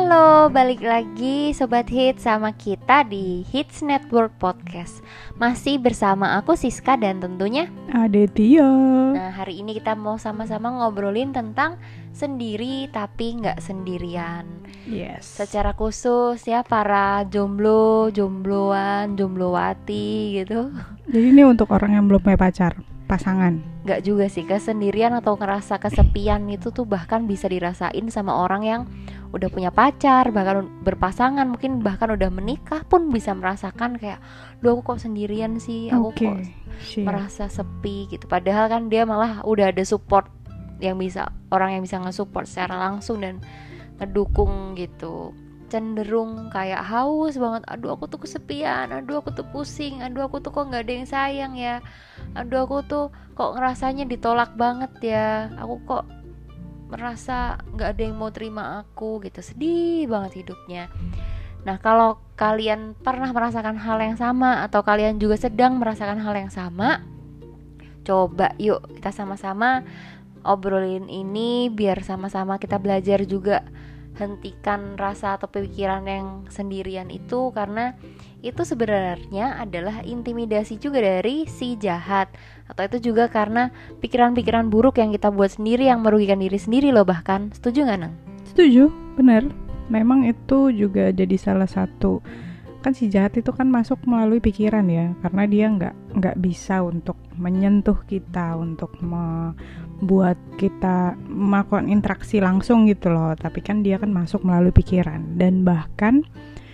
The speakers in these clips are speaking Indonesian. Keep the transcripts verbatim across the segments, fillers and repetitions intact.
Halo, balik lagi Sobat Hits sama kita di Hits Network Podcast. Masih bersama aku Siska dan tentunya Aditya. Nah, hari ini kita mau sama-sama ngobrolin tentang sendiri tapi nggak sendirian. Yes. Secara khusus ya para jomblo, jombloan, jomblowati gitu. Jadi ini untuk orang yang belum punya pacar, pasangan. Nggak juga sih, kesendirian atau ngerasa kesepian itu tuh bahkan bisa dirasain sama orang yang udah punya pacar, bahkan berpasangan, mungkin bahkan udah menikah pun bisa merasakan kayak, duh aku kok sendirian sih, aku okay. kok Shit. merasa sepi gitu. Padahal kan dia malah udah ada support yang bisa, orang yang bisa nge-support secara langsung dan ngedukung gitu. Cenderung kayak haus banget, aduh aku tuh kesepian, aduh aku tuh pusing, aduh aku tuh kok gak ada yang sayang ya, aduh aku tuh kok ngerasanya ditolak banget ya, aku kok merasa gak ada yang mau terima aku gitu, sedih banget hidupnya. Nah, kalau kalian pernah merasakan hal yang sama atau kalian juga sedang merasakan hal yang sama, coba yuk kita sama-sama obrolin ini biar sama-sama kita belajar juga hentikan rasa atau pikiran yang sendirian itu, karena itu sebenarnya adalah intimidasi juga dari si jahat, atau itu juga karena pikiran-pikiran buruk yang kita buat sendiri yang merugikan diri sendiri loh bahkan. Setuju gak, Nang? Setuju, benar. Memang itu juga jadi salah satu, kan si jahat itu kan masuk melalui pikiran ya, karena dia nggak nggak bisa untuk menyentuh kita, untuk membuat kita melakukan interaksi langsung gitu loh, tapi kan dia kan masuk melalui pikiran. Dan bahkan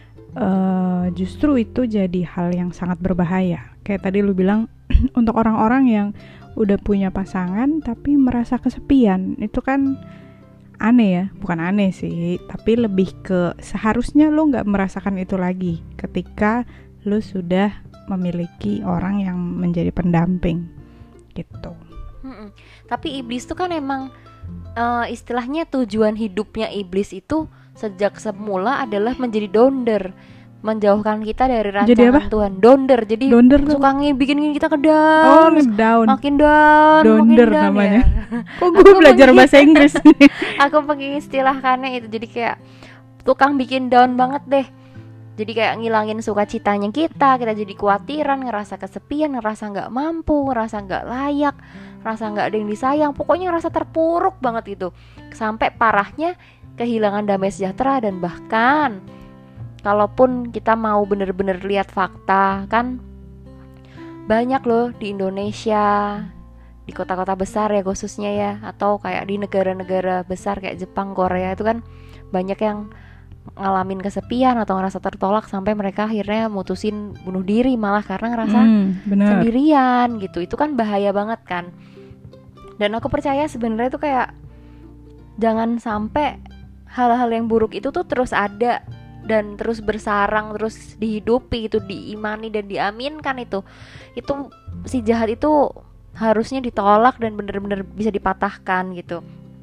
uh, justru itu jadi hal yang sangat berbahaya. Kayak tadi lu bilang untuk orang-orang yang udah punya pasangan tapi merasa kesepian, itu kan aneh ya, bukan aneh sih, tapi lebih ke seharusnya lo gak merasakan itu lagi ketika lo sudah memiliki orang yang menjadi pendamping gitu. Mm-mm. Tapi iblis tuh kan emang uh, istilahnya tujuan hidupnya iblis itu sejak semula adalah menjadi donder, menjauhkan kita dari rancangan Tuhan. Donder, jadi donder suka bikin kita ke down. Oh, ngedown. Makin down, donder makin down namanya. Ya. Kok gue belajar bahasa Inggris nih? Aku mengistilahkannya itu, jadi kayak tukang bikin down banget deh. Jadi kayak ngilangin sukacitanya kita, kita jadi kekhawatiran, ngerasa kesepian, ngerasa nggak mampu, ngerasa nggak layak, ngerasa nggak ada yang disayang. Pokoknya ngerasa terpuruk banget itu. Sampai parahnya kehilangan damai sejahtera. Dan bahkan kalaupun kita mau bener-bener lihat fakta, kan banyak loh di Indonesia, di kota-kota besar ya khususnya ya, atau kayak di negara-negara besar kayak Jepang, Korea, itu kan banyak yang ngalamin kesepian atau ngerasa tertolak sampai mereka akhirnya mutusin bunuh diri malah karena ngerasa hmm, sendirian gitu. Itu kan bahaya banget kan. Dan aku percaya sebenarnya itu kayak jangan sampai hal-hal yang buruk itu tuh terus ada dan terus bersarang, terus dihidupi, itu diimani dan diaminkan. Itu itu si jahat itu harusnya ditolak dan benar-benar bisa dipatahkan gitu.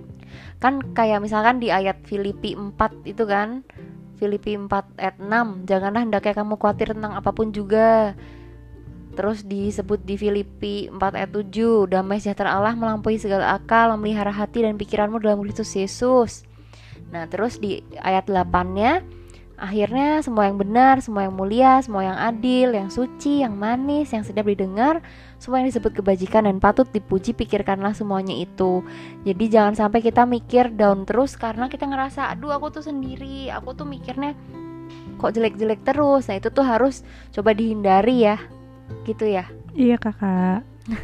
Kan kayak misalkan di ayat Filipi empat itu kan, Filipi empat ayat enam, janganlah hendaknya kamu khawatir tentang apapun juga. Terus disebut di Filipi empat ayat tujuh, damai sejahtera Allah melampaui segala akal, memelihara hati dan pikiranmu dalam Kristus Yesus. Nah, terus di ayat delapan-nya, akhirnya semua yang benar, semua yang mulia, semua yang adil, yang suci, yang manis, yang sedap didengar, semua yang disebut kebajikan dan patut dipuji, pikirkanlah semuanya itu. Jadi jangan sampai kita mikir down terus karena kita ngerasa, aduh aku tuh sendiri, aku tuh mikirnya kok jelek-jelek terus. Nah, itu tuh harus coba dihindari ya, gitu ya. Iya kakak.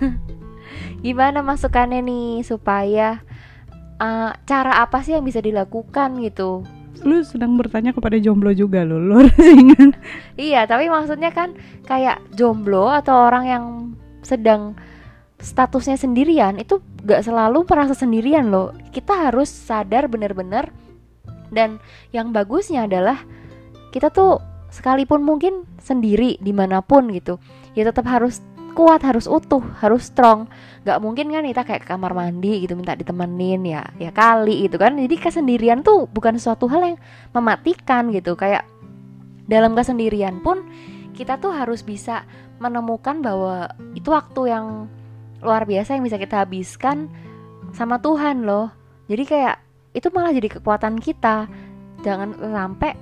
Gimana masukannya nih supaya uh, cara apa sih yang bisa dilakukan gitu? Lu sedang bertanya kepada jomblo juga lo, lu harus ingat. Iya, tapi maksudnya kan kayak jomblo atau orang yang sedang statusnya sendirian itu gak selalu merasa sendirian loh. Kita harus sadar benar-benar. Dan yang bagusnya adalah kita tuh sekalipun mungkin sendiri dimanapun gitu, ya tetap harus kuat, harus utuh, harus strong. Gak mungkin kan kita kayak ke kamar mandi gitu minta ditemenin, ya ya kali gitu kan. Jadi kesendirian tuh bukan suatu hal yang mematikan gitu. Kayak dalam kesendirian pun kita tuh harus bisa menemukan bahwa itu waktu yang luar biasa yang bisa kita habiskan sama Tuhan loh. Jadi kayak itu malah jadi kekuatan kita. jangan sampai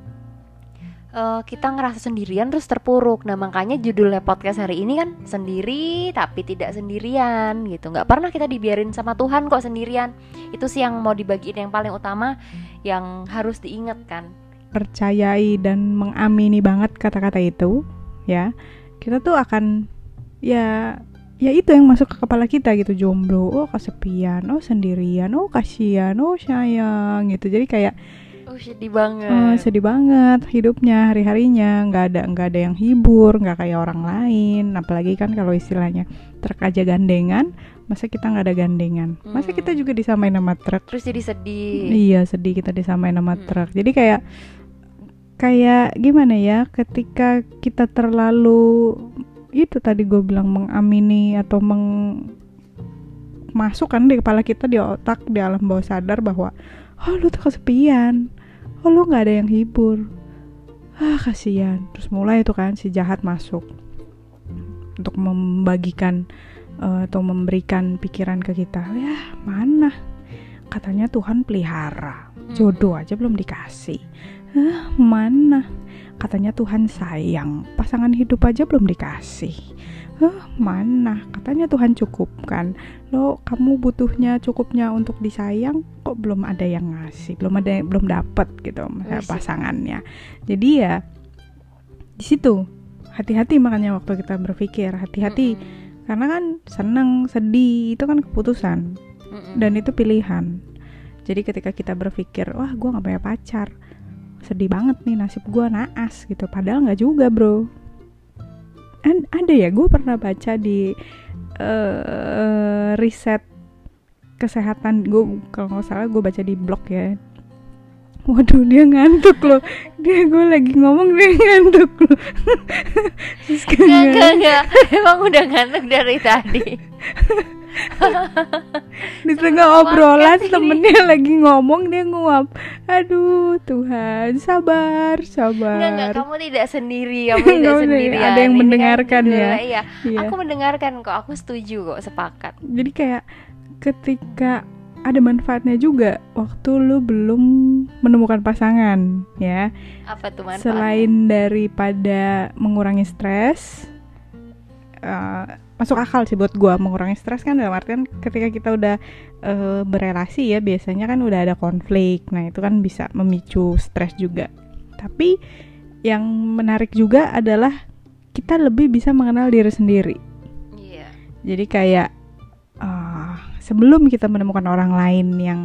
uh, kita ngerasa sendirian terus terpuruk. Nah makanya judulnya podcast hari ini kan sendiri tapi tidak sendirian gitu. Nggak pernah kita dibiarin sama Tuhan kok sendirian. Itu sih yang mau dibagiin yang paling utama, yang harus diingatkan. Percayai dan mengamini banget kata-kata itu ya. Kita tuh akan ya ya itu yang masuk ke kepala kita gitu, jomblo, oh kesepian, oh sendirian, oh kasihan, oh sayang gitu. Jadi kayak oh sedih banget, uh, sedih banget hidupnya, hari-harinya nggak ada nggak ada yang hibur, nggak kayak orang lain. Apalagi kan kalau istilahnya truk aja gandengan, masa kita nggak ada gandengan, masa Hmm. kita juga disamain sama truk. Terus jadi sedih. Iya sedih kita disamain sama Hmm. truk. Jadi kayak kayak gimana ya, ketika kita terlalu itu tadi gue bilang mengamini atau meng masuk kan di kepala kita, di otak, di alam bawah sadar bahwa oh lu tuh kesepian, oh lu nggak ada yang hibur, ah kasihan. Terus mulai itu kan si jahat masuk untuk membagikan uh, atau memberikan pikiran ke kita. Ya mana katanya Tuhan pelihara, jodoh aja belum dikasih. Ah, mana katanya Tuhan sayang, pasangan hidup aja belum dikasih. Ah, mana katanya Tuhan cukupkan, lo kamu butuhnya cukupnya untuk disayang, kok belum ada yang ngasih, belum ada yang, belum dapet gitu misalnya pasangannya. Jadi ya di situ hati-hati, makanya waktu kita berpikir hati-hati. Mm-mm. Karena kan seneng sedih itu kan keputusan. Mm-mm. Dan itu pilihan. Jadi ketika kita berpikir wah gue nggak punya pacar, sedih banget nih, nasib gue naas gitu, padahal nggak juga bro. An- ada ya, gue pernah baca di uh, riset kesehatan, gue kalau nggak salah gue baca di blog ya. Waduh dia ngantuk loh, dia gue lagi ngomong dia ngantuk loh. Nggak nggak nggak, emang udah ngantuk dari tadi. Di tengah obrolan temennya lagi ngomong dia nguap. Aduh Tuhan, sabar sabar. Enggak enggak, kamu tidak sendiri, kamu tidak sendiri. Ada yang ini mendengarkan kan, ya. Iya. Iya. Aku mendengarkan kok, aku setuju kok, sepakat. Jadi kayak ketika ada manfaatnya juga waktu lu belum menemukan pasangan ya. Apa tuh manfaatnya? Selain daripada mengurangi stres, uh, masuk akal sih buat gue mengurangi stres kan, dalam artian ketika kita udah uh, berelasi ya biasanya kan udah ada konflik, nah itu kan bisa memicu stres juga. Tapi yang menarik juga adalah kita lebih bisa mengenal diri sendiri. Iya. Jadi kayak uh, sebelum kita menemukan orang lain yang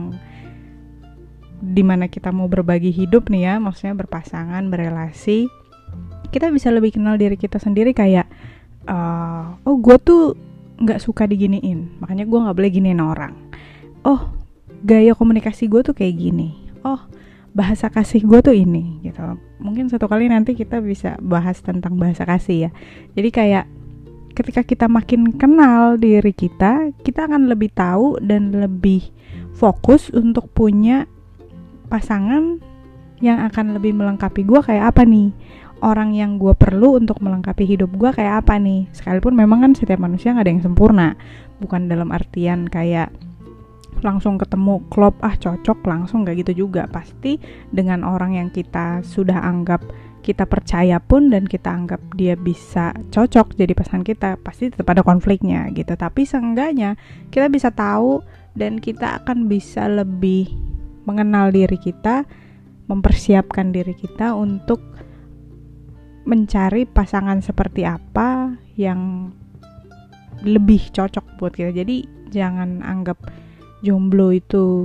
dimana kita mau berbagi hidup nih ya, maksudnya berpasangan, berelasi, kita bisa lebih kenal diri kita sendiri. Kayak Uh, oh gue tuh nggak suka diginiin, makanya gue nggak boleh giniin orang. Oh gaya komunikasi gue tuh kayak gini. Oh bahasa kasih gue tuh ini gitu. Mungkin satu kali nanti kita bisa bahas tentang bahasa kasih ya. Jadi kayak ketika kita makin kenal diri kita, kita akan lebih tahu dan lebih fokus untuk punya pasangan yang akan lebih melengkapi gue kayak apa nih. Orang yang gue perlu untuk melengkapi hidup gue kayak apa nih. Sekalipun memang kan setiap manusia gak ada yang sempurna. Bukan dalam artian kayak langsung ketemu klop, ah cocok langsung, gak gitu juga. Pasti dengan orang yang kita sudah anggap, kita percaya pun dan kita anggap dia bisa cocok jadi pasangan kita, pasti tetap ada konfliknya gitu. Tapi seenggaknya kita bisa tahu dan kita akan bisa lebih mengenal diri kita, mempersiapkan diri kita untuk mencari pasangan seperti apa yang lebih cocok buat kita. Jadi jangan anggap jomblo itu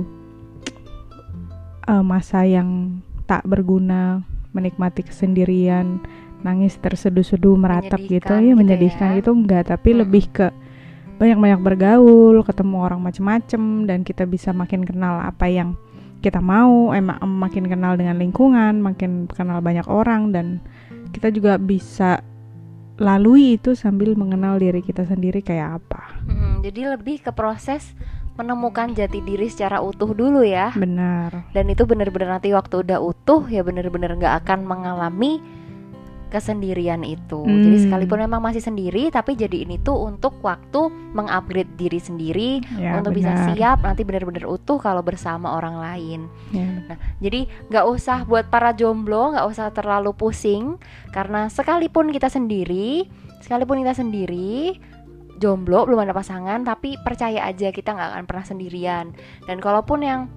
uh, masa yang tak berguna, menikmati kesendirian, nangis terseduh-seduh, meratap gitu ya, menyedihkan ya. Gitu enggak, tapi hmm. lebih ke banyak-banyak bergaul, ketemu orang macam-macam, dan kita bisa makin kenal apa yang kita mau, emang makin kenal dengan lingkungan, makin kenal banyak orang, dan kita juga bisa lalui itu sambil mengenal diri kita sendiri kayak apa. Hmm, jadi lebih ke proses menemukan jati diri secara utuh dulu ya. Benar. Dan itu benar-benar nanti waktu udah utuh ya benar-benar nggak akan mengalami kesendirian itu. Hmm. Jadi sekalipun memang masih sendiri, tapi jadi ini tuh untuk waktu mengupgrade diri sendiri, Ya, untuk bisa benar. siap nanti benar-benar utuh kalau bersama orang lain. Ya. Nah, jadi nggak usah buat para jomblo, nggak usah terlalu pusing, karena sekalipun kita sendiri, sekalipun kita sendiri, jomblo belum ada pasangan, tapi percaya aja kita nggak akan pernah sendirian. Dan kalaupun yang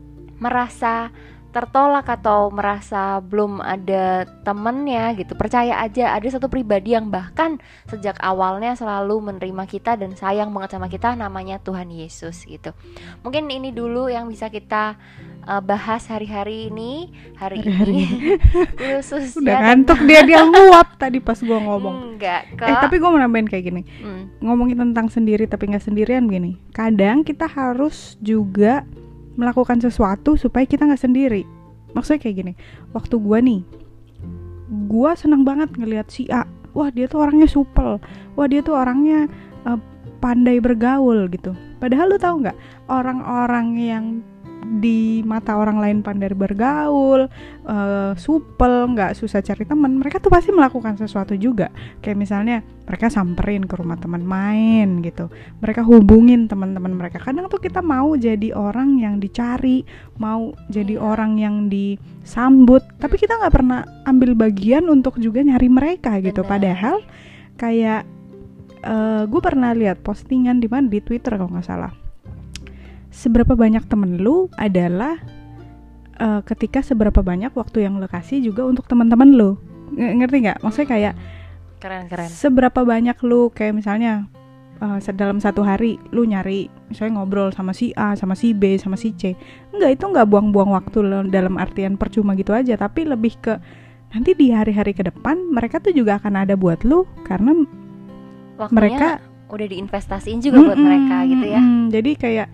merasa tertolak atau merasa belum ada temennya gitu, percaya aja ada satu pribadi yang bahkan sejak awalnya selalu menerima kita dan sayang banget sama kita, namanya Tuhan Yesus gitu. Mungkin ini dulu yang bisa kita uh, bahas hari-hari ini, hari Hari-hari ini khusus Udah ya, ngantuk dia dia nguap tadi pas gua ngomong. enggak kok. Eh tapi gua mau nambahin kayak gini. Hmm, Ngomongin tentang sendiri tapi nggak sendirian gini. Kadang kita harus juga melakukan sesuatu supaya kita nggak sendiri. Maksudnya kayak gini. Waktu gua nih, gua senang banget ngelihat si A. Wah dia tuh orangnya supel. Wah dia tuh orangnya uh, pandai bergaul gitu. Padahal lu tahu nggak, orang-orang yang di mata orang lain pandai bergaul, uh, supel, nggak susah cari teman, mereka tuh pasti melakukan sesuatu juga. Kayak misalnya mereka samperin ke rumah teman main gitu, mereka hubungin teman-teman mereka. Kadang tuh kita mau jadi orang yang dicari, mau jadi orang yang disambut, tapi kita nggak pernah ambil bagian untuk juga nyari mereka gitu. Benar. Padahal kayak uh, gue pernah lihat postingan di mana di Twitter kalau nggak salah. Seberapa banyak temen lu adalah uh, ketika seberapa banyak waktu yang lu kasih juga untuk teman-teman lu. Ng- ngerti nggak? Maksudnya kayak keren-keren. seberapa banyak lu kayak misalnya uh, dalam satu hari lu nyari misalnya ngobrol sama si A, sama si B, sama si C. Enggak, itu nggak buang-buang waktu lo dalam artian percuma gitu aja, tapi lebih ke nanti di hari-hari ke depan mereka tuh juga akan ada buat lu karena Waktunya mereka udah diinvestasiin juga buat Mm-mm, mereka gitu ya. mm-mm. Jadi kayak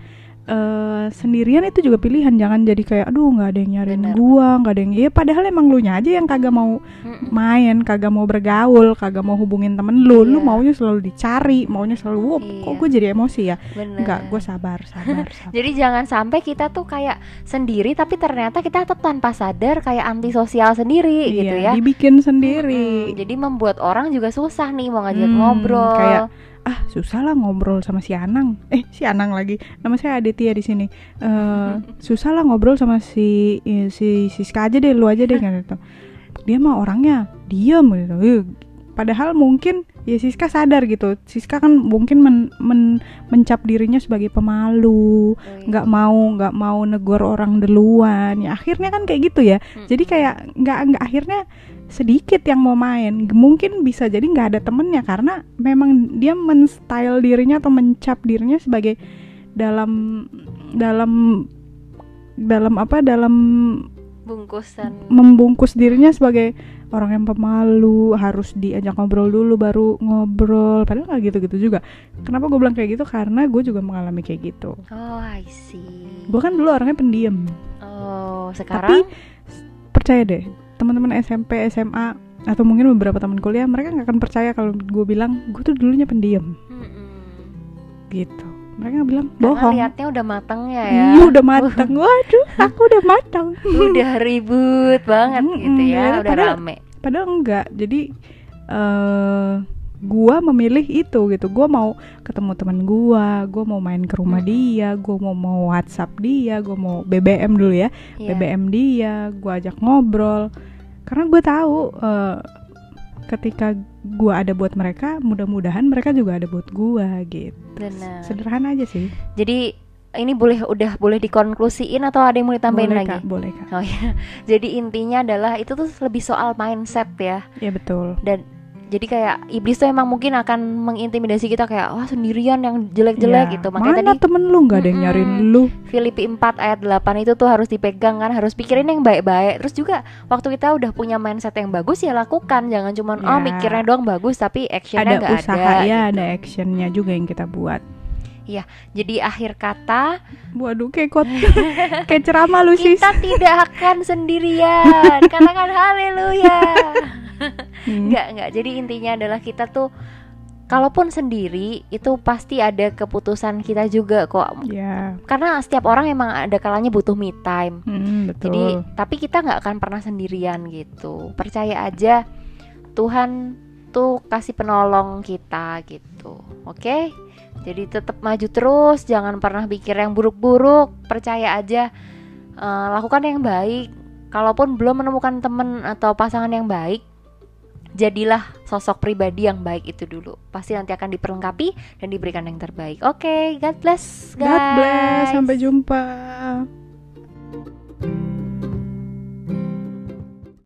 Uh, sendirian itu juga pilihan, jangan jadi kayak aduh nggak ada yang nyariin Bener. gua, nggak ada yang iya, padahal emang lu nya aja yang kagak mau Mm-mm. main, kagak mau bergaul, kagak mau hubungin temen lu, lu Iya. maunya selalu dicari, maunya selalu wow, Iya. kok gue jadi emosi ya, Bener. nggak, gue sabar sabar sabar. Jadi jangan sampai kita tuh kayak sendiri tapi ternyata kita tuh tanpa sadar kayak antisosial sendiri gitu Iya, ya. dibikin sendiri. Mm-mm. Jadi membuat orang juga susah nih mau ngajak Hmm, ngobrol. kayak, ah susah lah ngobrol sama si Anang, eh si Anang lagi, nama saya Aditya di sini. Uh, susah lah ngobrol sama si eh, si Siska aja deh, lu aja deh kan gitu. Dia mah orangnya diam gitu. Eh, Padahal mungkin ya Siska sadar gitu. Siska kan mungkin men, men, mencap dirinya sebagai pemalu, nggak mau nggak mau negor orang duluan. Ya akhirnya kan kayak gitu ya. Mm-mm. Jadi kayak nggak nggak akhirnya sedikit yang mau main. Mungkin bisa jadi nggak ada temennya karena memang dia men-style dirinya atau mencap dirinya sebagai dalam dalam dalam apa dalam bungkusan. membungkus dirinya sebagai orang yang pemalu, harus diajak ngobrol dulu baru ngobrol. Padahal nggak gitu-gitu juga. Kenapa gue bilang kayak gitu? Karena gue juga mengalami kayak gitu. Oh, I see. Gue kan dulu orangnya pendiam. Oh, Tapi sekarang percaya deh, teman-teman S M P, S M A atau mungkin beberapa teman kuliah, mereka nggak akan percaya kalau gue bilang gue tuh dulunya pendiam Mm-mm. gitu. Mereka bilang Karena bohong. liatnya udah matangnya ya. Iya udah matang. Waduh, aku udah matang. Udah ribut banget Mm-mm, gitu ya, ya, udah padahal- rame. Padahal enggak. Jadi eh gua memilih itu gitu. Gua mau ketemu teman gua, gua mau main ke rumah Mm-mm. dia, gua mau mau WhatsApp dia, gua mau B B M dulu ya. Iya. B B M dia, gua ajak ngobrol. Karena gua tahu eh ketika gua ada buat mereka, mudah-mudahan mereka juga ada buat gua gitu. Benar. Sederhana aja sih. Jadi ini boleh udah boleh dikonklusiin atau ada yang mau ditambahin Boleh lagi? Kak, boleh Kak. Oh ya. Jadi intinya adalah itu tuh lebih soal mindset ya. Ya betul. Dan jadi kayak iblis tuh emang mungkin akan mengintimidasi kita kayak wah sendirian yang jelek-jelek Ya, gitu. Makanya mana tadi temen lu nggak ada yang Mm-mm. nyariin lu. Filipi empat ayat delapan itu tuh harus dipegang kan, harus pikirin yang baik-baik. Terus juga waktu kita udah punya mindset yang bagus ya lakukan, jangan cuma Ya. oh mikirnya doang bagus tapi actionnya Ada nggak usaha ada. ya, gitu. ada actionnya juga yang kita buat. Jadi akhir kata Waduh, kayak kot, kayak ceramah lu sis. kita tidak akan sendirian. Katakan haleluya. Hmm. Enggak, enggak. Jadi intinya adalah kita tuh kalaupun sendiri itu pasti ada keputusan kita juga kok. Ya, Karena setiap orang emang ada kalanya butuh me time. hmm, betul. Jadi tapi kita nggak akan pernah sendirian gitu. Percaya aja Tuhan tuh kasih penolong kita gitu. Oke? Jadi tetap maju terus, jangan pernah pikir yang buruk-buruk, percaya aja, uh, lakukan yang baik. Kalaupun belum menemukan teman atau pasangan yang baik, jadilah sosok pribadi yang baik itu dulu. Pasti nanti akan diperlengkapi dan diberikan yang terbaik. Oke, God bless guys. God bless, sampai jumpa.